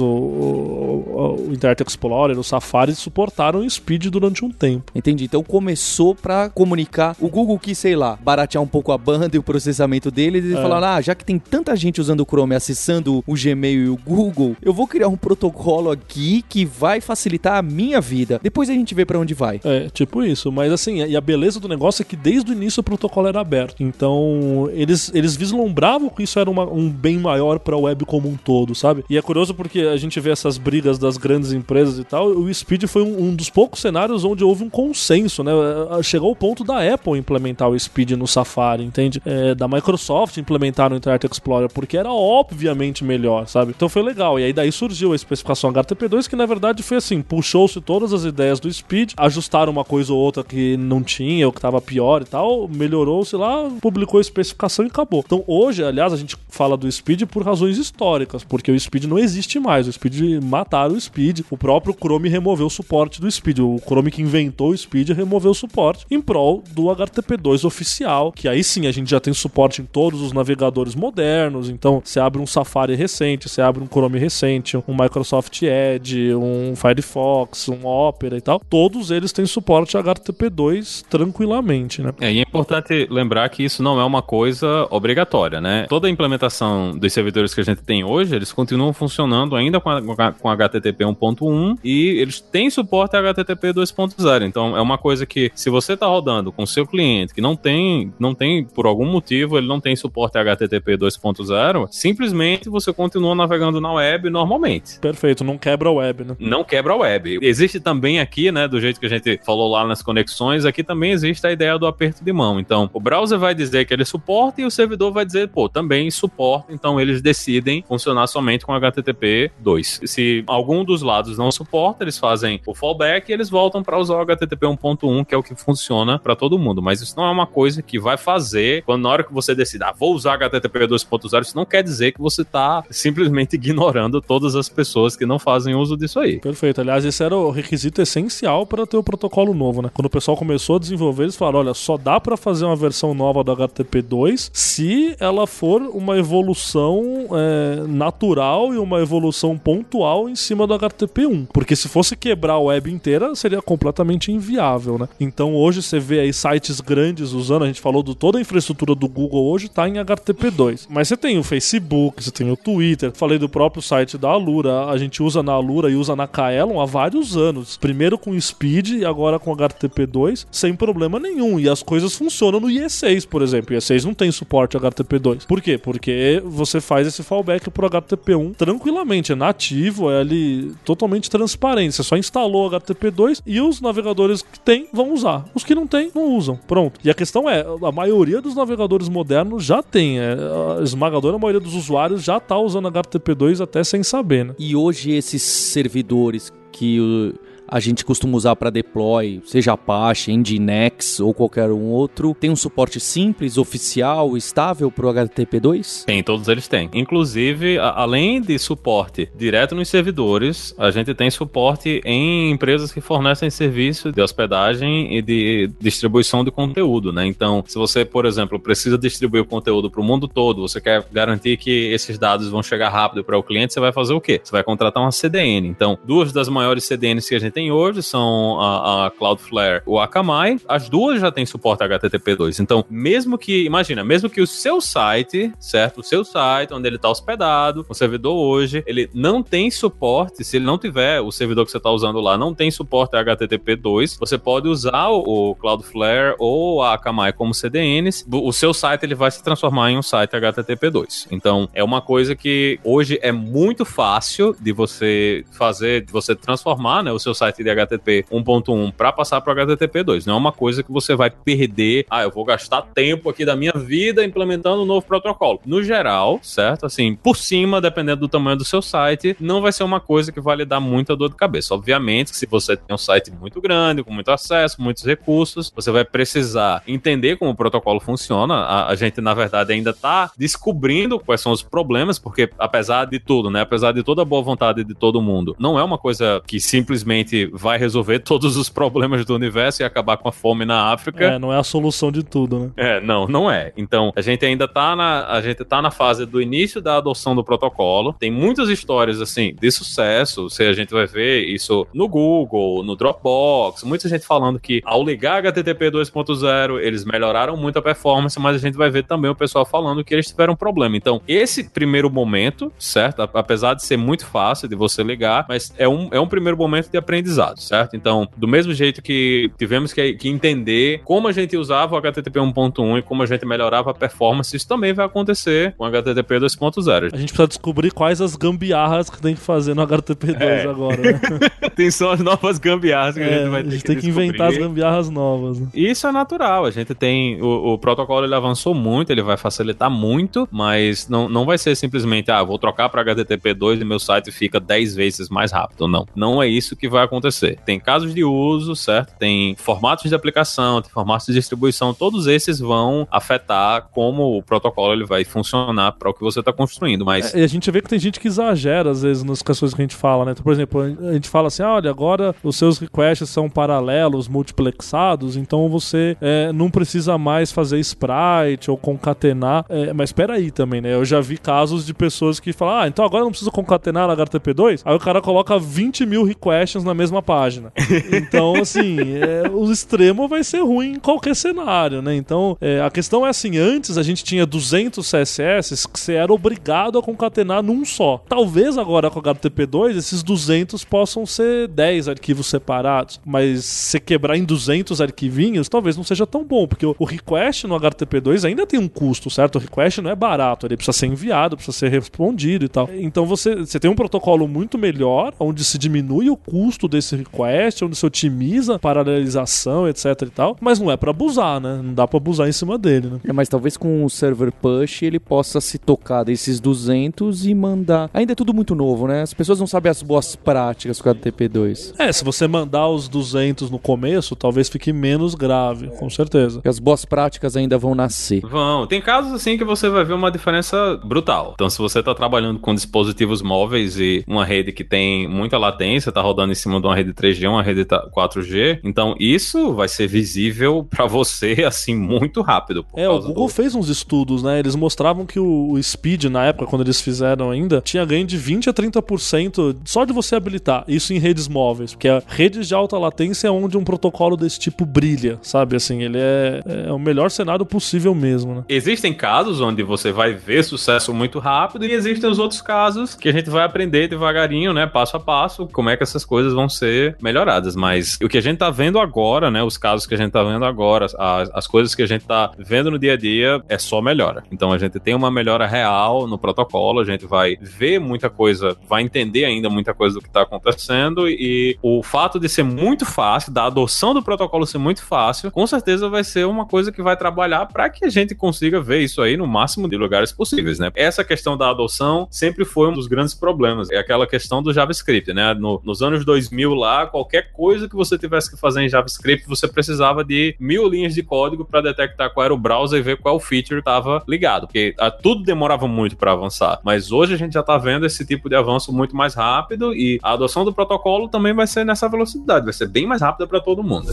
o Internet Explorer, o Safari suportaram o Speed durante um tempo. Entendi. Então começou pra comunicar. O Google quis, sei lá, baratear um pouco a banda e o processamento deles e falaram, já que tem tanta gente usando o Chrome, acessando o Gmail e o Google, eu vou criar um protocolo aqui que vai facilitar a minha vida. Depois a gente vê pra onde vai. Tipo isso. Mas assim, e a beleza do negócio é que desde o início o protocolo era aberto. Então, eles vislumbravam que isso era um bem maior pra web como um todo, sabe? E é curioso porque a gente vê essas brigas das grandes empresas e tal, o Speed foi um dos poucos cenários onde houve um consenso, né? Chegou ao ponto da Apple implementar o Speed no Safari, entende? Da Microsoft implementar no Internet Explorer, porque era obviamente melhor, sabe? Então foi legal. E aí daí surgiu a especificação HTTP2, que na verdade foi assim, puxou-se todas as ideias do Speed, ajustaram uma coisa ou outra que não tinha, ou que tava pior e tal, melhorou-se lá, publicou a especificação e acabou. Então hoje, aliás, a gente fala do Speed por razões históricas, porque o Speed não existe mais, o Speed mataram o Speed, o próprio Chrome removeu o suporte do Speed, o Chrome que inventou o Speed removeu o suporte em prol do HTTP2 oficial, que aí sim a gente já tem suporte em todos os navegadores modernos. Então você abre um Safari recente, você abre um Chrome recente, um Microsoft Edge, um Firefox, um Opera e tal, todos eles têm suporte a HTTP2 tranquilamente, né? E é importante lembrar que isso não é uma coisa obrigatória, né? Toda a implementação dos servidores que a gente tem hoje, eles continuam funcionando ainda com HTTP 1.1 e eles têm suporte a HTTP 2.0. Então é uma coisa que, se você está rodando com o seu cliente que não tem, por algum motivo, ele não tem suporte a HTTP 2.0, simplesmente você continua navegando na web normalmente. Perfeito, não quebra a web, né? Não quebra a web. Existe também aqui, né, do jeito que a gente falou lá nas conexões, aqui também existe a ideia do aperto de mão. Então, o browser vai dizer que ele suporta e o servidor vai dizer, também suporta. Então, eles decidem funcionar somente com HTTP 2. Se algum dos lados não suporta, eles fazem o fallback e eles voltam para usar o HTTP 1.1, que é o que funciona para todo mundo. Mas isso não é uma coisa que vai fazer quando na hora que você decide, vou usar HTTP 2.0, isso não quer dizer que você está simplesmente ignorando todas as pessoas que não fazem uso disso aí. Perfeito. Aliás, esse era o requisito essencial para ter o protocolo novo, né? Quando o pessoal começou a desenvolver, eles falaram, olha, só dá para fazer uma versão nova do HTTP 2 se ela for uma evolução natural e uma evolução pontual em cima do HTTP1. Porque se fosse quebrar a web inteira, seria completamente inviável, né? Então hoje você vê aí sites grandes usando, a gente falou de toda a infraestrutura do Google hoje tá em HTTP2. Mas você tem o Facebook, você tem o Twitter, falei do próprio site da Alura, a gente usa na Alura e usa na Kaelon há vários anos. Primeiro com Speed e agora com HTTP2, sem problema nenhum. E as coisas funcionam no IE6, por exemplo. O IE6 não tem suporte a HTTP2. Por quê? Porque você faz esse fallback pro HTTP1 tranquilamente, é nativo, é ali totalmente transparente. Você só instalou o HTTP2 e os navegadores que tem vão usar. Os que não tem, não usam. Pronto. E a questão é, a maioria dos navegadores modernos já tem. A esmagadora maioria dos usuários já tá usando HTTP2 até sem saber, né? E hoje esses servidores que a gente costuma usar para deploy, seja Apache, Nginx ou qualquer um outro, tem um suporte simples, oficial, estável para o HTTP2? Tem, todos eles têm. Inclusive, além de suporte direto nos servidores, a gente tem suporte em empresas que fornecem serviço de hospedagem e de distribuição de conteúdo, né? Então, se você, por exemplo, precisa distribuir o conteúdo para o mundo todo, você quer garantir que esses dados vão chegar rápido para o cliente, você vai fazer o quê? Você vai contratar uma CDN. Então, duas das maiores CDNs que a gente tem hoje são a Cloudflare ou a Akamai. As duas já têm suporte a HTTP2. Então, mesmo que o seu site, certo? O seu site, onde ele está hospedado, o servidor hoje, ele não tem suporte, se ele não tiver, o servidor que você está usando lá não tem suporte a HTTP2, você pode usar o Cloudflare ou a Akamai como CDNs, o seu site ele vai se transformar em um site HTTP2. Então, é uma coisa que hoje é muito fácil de você fazer, de você transformar, né, o seu site de HTTP 1.1 para passar para o HTTP 2. Não é uma coisa que você vai perder, eu vou gastar tempo aqui da minha vida implementando um novo protocolo. No geral, certo? Assim, por cima, dependendo do tamanho do seu site, não vai ser uma coisa que vai lhe dar muita dor de cabeça. Obviamente que se você tem um site muito grande, com muito acesso, muitos recursos, você vai precisar entender como o protocolo funciona. A gente, na verdade, ainda está descobrindo quais são os problemas, porque apesar de tudo, né? Apesar de toda a boa vontade de todo mundo, não é uma coisa que simplesmente vai resolver todos os problemas do universo e acabar com a fome na África. Não é a solução de tudo, né? Não é. Então, a gente ainda tá na fase do início da adoção do protocolo. Tem muitas histórias, assim, de sucesso. A gente vai ver isso no Google, no Dropbox, muita gente falando que ao ligar HTTP 2.0, eles melhoraram muito a performance, mas a gente vai ver também o pessoal falando que eles tiveram problema. Então, esse primeiro momento, certo? Apesar de ser muito fácil de você ligar, mas é um primeiro momento de aprendizado, certo? Então, do mesmo jeito que tivemos que entender como a gente usava o HTTP 1.1 e como a gente melhorava a performance, isso também vai acontecer com o HTTP 2.0. A gente precisa descobrir quais as gambiarras que tem que fazer no HTTP 2 agora, né? São as novas gambiarras que a gente vai ter que descobrir. A gente tem que inventar as gambiarras novas. Né? Isso é natural. A gente tem... O protocolo, ele avançou muito, ele vai facilitar muito, mas não vai ser simplesmente, vou trocar para HTTP 2 e meu site fica 10 vezes mais rápido. Não é isso que vai acontecer. Tem casos de uso, certo? Tem formatos de aplicação, tem formatos de distribuição, todos esses vão afetar como o protocolo ele vai funcionar para o que você está construindo, mas... E a gente vê que tem gente que exagera, às vezes, nas questões que a gente fala, né? Então, por exemplo, a gente fala assim, olha, agora os seus requests são paralelos, multiplexados, então você não precisa mais fazer sprite ou concatenar, mas espera aí também, né? Eu já vi casos de pessoas que falam, então agora eu não preciso concatenar na HTTP2, aí o cara coloca 20 mil requests na mesma página. Então, assim, o extremo vai ser ruim em qualquer cenário, né? Então, a questão é assim, antes a gente tinha 200 CSS que você era obrigado a concatenar num só. Talvez agora com o HTTP2 esses 200 possam ser 10 arquivos separados, mas se quebrar em 200 arquivinhos, talvez não seja tão bom, porque o request no HTTP2 ainda tem um custo, certo? O request não é barato, ele precisa ser enviado, precisa ser respondido e tal. Então você tem um protocolo muito melhor, onde se diminui o custo desse request, onde se otimiza a paralelização, etc e tal, mas não é pra abusar, né? Não dá pra abusar em cima dele, né? Mas talvez com o server push ele possa se tocar desses 200 e mandar... Ainda é tudo muito novo, né? As pessoas não sabem as boas práticas com o HTTP2. Se você mandar os 200 no começo, talvez fique menos grave, com certeza. Porque as boas práticas ainda vão nascer. Vão. Tem casos assim que você vai ver uma diferença brutal. Então, se você tá trabalhando com dispositivos móveis e uma rede que tem muita latência, tá rodando em cima de uma rede 3G, uma rede 4G. Então, isso vai ser visível para você, assim, muito rápido. O Google fez uns estudos, né? Eles mostravam que o speed, na época, quando eles fizeram ainda, tinha ganho de 20% a 30% só de você habilitar. Isso em redes móveis. Porque a redes de alta latência é onde um protocolo desse tipo brilha, sabe? Assim, ele é o melhor cenário possível mesmo, né? Existem casos onde você vai ver sucesso muito rápido e existem os outros casos que a gente vai aprender devagarinho, né? Passo a passo, como é que essas coisas vão ser melhoradas. Mas o que a gente tá vendo agora, né? Os casos que a gente tá vendo agora, as coisas que a gente tá vendo no dia a dia, é só melhora. Então a gente tem uma melhora real no protocolo, a gente vai ver muita coisa, vai entender ainda muita coisa do que tá acontecendo, e o fato de ser muito fácil, da adoção do protocolo ser muito fácil, com certeza vai ser uma coisa que vai trabalhar para que a gente consiga ver isso aí no máximo de lugares possíveis, né? Essa questão da adoção sempre foi um dos grandes problemas. É aquela questão do JavaScript, né? Nos anos 2000 lá, qualquer coisa que você tivesse que fazer em JavaScript, você precisava de 1000 linhas de código para detectar qual era o browser e ver qual feature estava ligado, porque tudo demorava muito para avançar. Mas hoje a gente já está vendo esse tipo de avanço muito mais rápido, e a adoção do protocolo também vai ser nessa velocidade, vai ser bem mais rápida para todo mundo.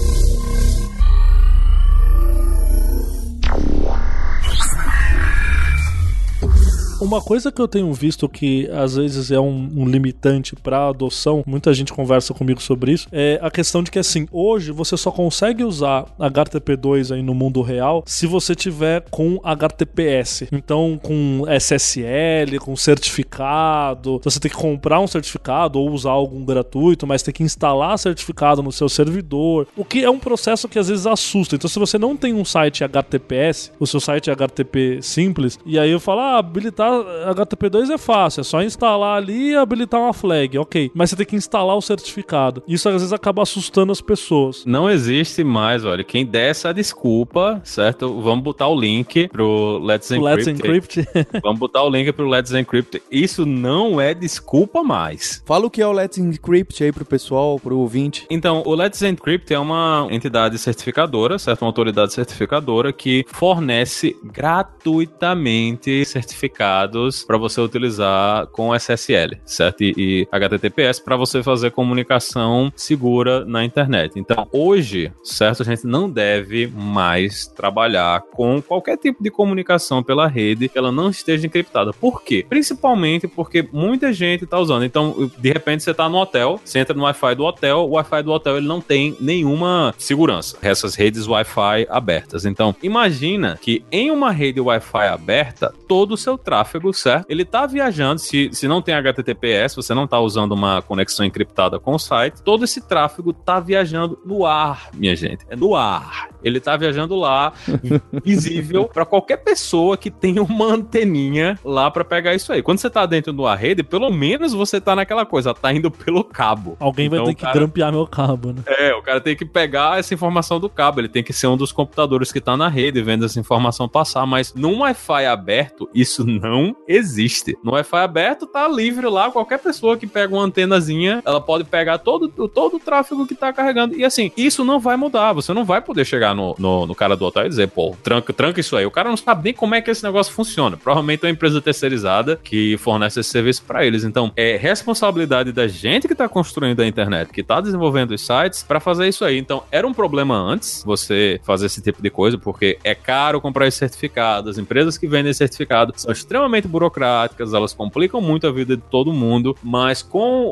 Uma coisa que eu tenho visto que às vezes é um limitante para adoção, muita gente conversa comigo sobre isso, é a questão de que, assim, hoje você só consegue usar HTTP2 aí no mundo real se você tiver com HTTPS. Então, com SSL, com certificado, você tem que comprar um certificado ou usar algum gratuito, mas tem que instalar certificado no seu servidor, o que é um processo que às vezes assusta. Então, se você não tem um site HTTPS, o seu site é HTTP simples, e aí eu falo, habilitar HTTP2 é fácil, é só instalar ali e habilitar uma flag, ok. Mas você tem que instalar o certificado. Isso às vezes acaba assustando as pessoas. Não existe mais, olha, quem der essa desculpa, certo? Vamos botar o link pro Let's Encrypt. Vamos botar o link pro Let's Encrypt. Isso não é desculpa mais. Fala o que é o Let's Encrypt aí pro pessoal, pro ouvinte. Então, o Let's Encrypt é uma entidade certificadora, certo? Uma autoridade certificadora que fornece gratuitamente certificados para você utilizar com SSL, certo? E HTTPS para você fazer comunicação segura na internet. Então, hoje, certo? A gente não deve mais trabalhar com qualquer tipo de comunicação pela rede que ela não esteja encriptada. Por quê? Principalmente porque muita gente está usando. Então, de repente, você está no hotel, você entra no Wi-Fi do hotel, o Wi-Fi do hotel ele não tem nenhuma segurança. Essas redes Wi-Fi abertas. Então, imagina que em uma rede Wi-Fi aberta, todo o seu tráfego, certo? Ele tá viajando, se não tem HTTPS, você não tá usando uma conexão encriptada com o site, todo esse tráfego tá viajando no ar, minha gente. É no ar. Ele tá viajando lá, visível para qualquer pessoa que tenha uma anteninha lá para pegar isso aí. Quando você tá dentro de uma rede, pelo menos você tá naquela coisa, tá indo pelo cabo. Alguém então, vai ter que grampear meu cabo, né? O cara tem que pegar essa informação do cabo, ele tem que ser um dos computadores que tá na rede, vendo essa informação passar, mas num Wi-Fi aberto, isso não existe. No Wi-Fi aberto, tá livre lá, qualquer pessoa que pega uma antenazinha, ela pode pegar todo o tráfego que tá carregando, e assim, isso não vai mudar, você não vai poder chegar no cara do hotel e dizer, pô, tranca isso aí. O cara não sabe nem como é que esse negócio funciona. Provavelmente é uma empresa terceirizada que fornece esse serviço pra eles. Então, é responsabilidade da gente que tá construindo a internet, que tá desenvolvendo os sites pra fazer isso aí. Então, era um problema antes você fazer esse tipo de coisa, porque é caro comprar esse certificado. As empresas que vendem esse certificado são extremamente burocráticas, elas complicam muito a vida de todo mundo, mas com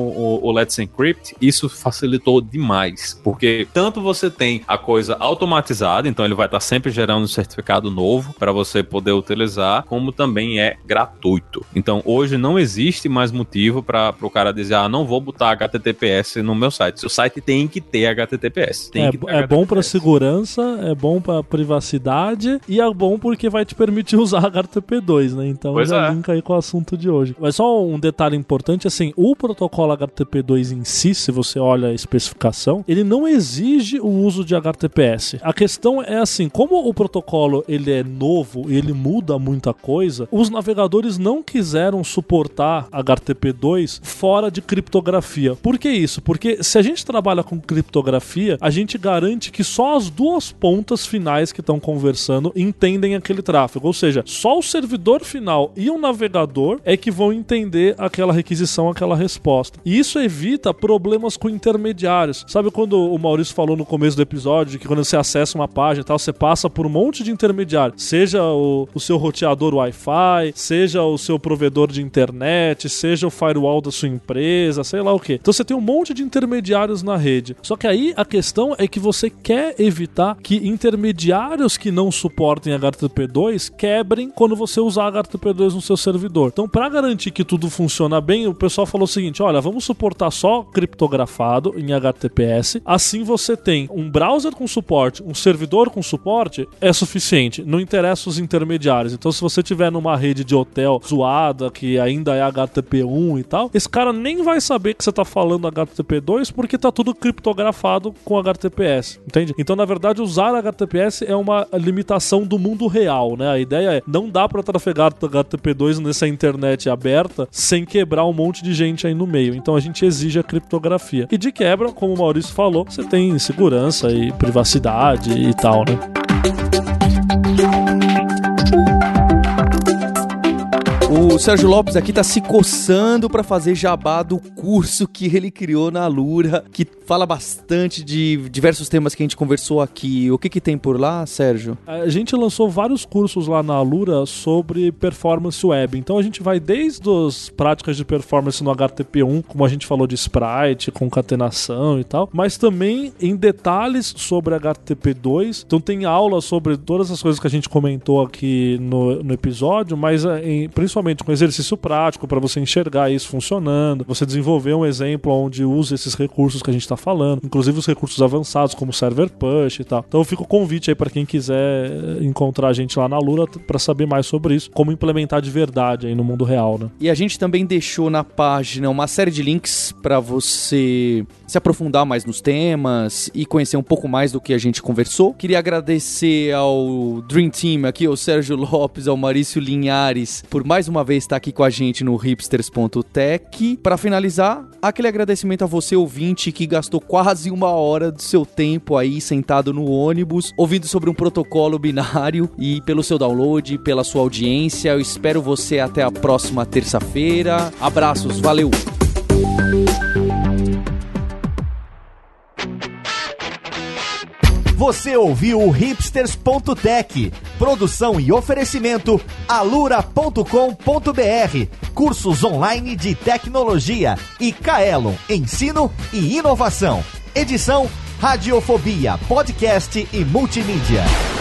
o Let's Encrypt, isso facilitou demais, porque tanto você tem a coisa automatizada, então ele vai estar sempre gerando um certificado novo para você poder utilizar, como também é gratuito. Então hoje não existe mais motivo para o cara dizer, não vou botar HTTPS no meu site. O site tem que ter HTTPS. É bom para segurança, é bom para privacidade e é bom porque vai te permitir usar HTTP2, né? Então já linka aí com o assunto de hoje. Mas só um detalhe importante, assim, o protocolo HTTP2 em si, se você olha a especificação, ele não exige o uso de HTTPS. A questão é assim, como o protocolo ele é novo e ele muda muita coisa, os navegadores não quiseram suportar HTTP2 fora de criptografia. Por que isso? Porque se a gente trabalha com criptografia, a gente garante que só as duas pontas finais que estão conversando entendem aquele tráfego. Ou seja, só o servidor final e o navegador é que vão entender aquela requisição, aquela resposta. E isso evita problemas com intermediários. Sabe quando o Maurício falou no começo do episódio de que quando você acessa uma página e tal, você passa por um monte de intermediário, seja o seu roteador Wi-Fi, seja o seu provedor de internet, seja o firewall da sua empresa, sei lá o quê. Então você tem um monte de intermediários na rede. Só que aí a questão é que você quer evitar que intermediários que não suportem HTTP2 quebrem quando você usar HTTP2 no seu servidor. Então, para garantir que tudo funciona bem, o pessoal falou o seguinte: olha, vamos suportar só criptografado em HTTPS, assim você tem um browser com suporte, um servidor com suporte, é suficiente, não interessa os intermediários. Então, se você tiver numa rede de hotel zoada, que ainda é HTTP1 e tal, esse cara nem vai saber que você tá falando HTTP2 porque tá tudo criptografado com HTTPS, entende? Então, na verdade, usar HTTPS é uma limitação do mundo real, né? A ideia é, não dá pra trafegar HTTP2 nessa internet aberta sem quebrar um monte de gente aí no meio. Então, a gente exige a criptografia. E de quebra, como o Maurício falou, você tem segurança e privacidade e tal, né? O Sérgio Lopes aqui tá se coçando pra fazer jabá do curso que ele criou na Alura, que fala bastante de diversos temas que a gente conversou aqui. O que tem por lá, Sérgio? A gente lançou vários cursos lá na Alura sobre performance web. Então a gente vai desde as práticas de performance no HTTP1, como a gente falou de sprite, concatenação e tal, mas também em detalhes sobre HTTP2. Então tem aula sobre todas as coisas que a gente comentou aqui no episódio, mas principalmente com exercício prático para você enxergar isso funcionando, você desenvolver um exemplo onde usa esses recursos que a gente está falando, inclusive os recursos avançados como server push e tal. Então fica o convite aí para quem quiser encontrar a gente lá na Alura para saber mais sobre isso, como implementar de verdade aí no mundo real, né? E a gente também deixou na página uma série de links para você se aprofundar mais nos temas e conhecer um pouco mais do que a gente conversou. Queria agradecer ao Dream Team aqui, ao Sérgio Lopes, ao Maurício Linhares, por mais uma vez estar aqui com a gente no hipsters.tech. Para finalizar, aquele agradecimento a você, ouvinte, que gastou quase uma hora do seu tempo aí sentado no ônibus, ouvindo sobre um protocolo binário, e pelo seu download, pela sua audiência. Eu espero você até a próxima terça-feira. Abraços, valeu! Você ouviu o hipsters.tech, produção e oferecimento alura.com.br, cursos online de tecnologia, e Kaelon, ensino e inovação. Edição Radiofobia, podcast e multimídia.